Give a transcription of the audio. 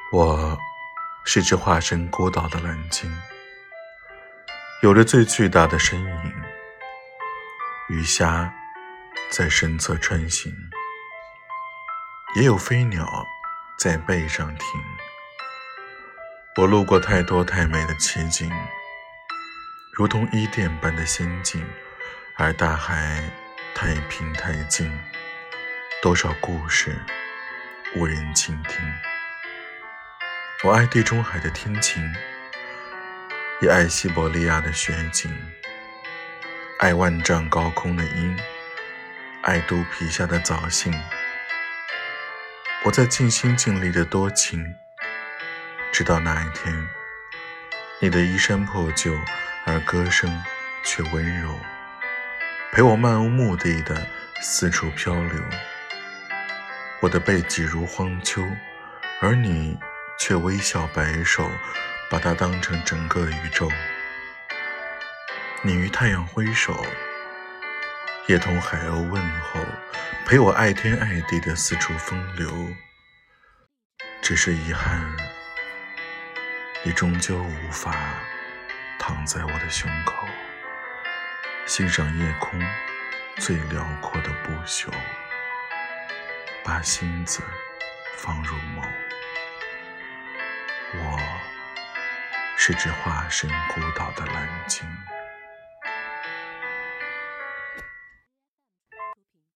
我是只化身孤岛的蓝鲸，有着最巨大的身影，鱼虾在身侧穿行，也有飞鸟在背上停。我路过太多太美的奇景，如同伊甸般的仙境，而大海太平太静，多少故事无人倾听。我爱地中海的天晴，也爱西伯利亚的雪景，爱万丈高空的鹰，爱肚皮下的早杏。我在尽心尽力的多情，直到那一天，你的衣衫破旧，而歌声却温柔，陪我漫无目的的四处漂流。我的背脊如荒丘，而你却微笑摆手，把它当成整个宇宙。你与太阳挥手，也同海鸥问候，陪我爱天爱地的四处风流。只是遗憾，你终究无法躺在我的胸口，欣赏夜空最辽阔的不朽，把心子放入眸。我是只化身孤岛的蓝鲸。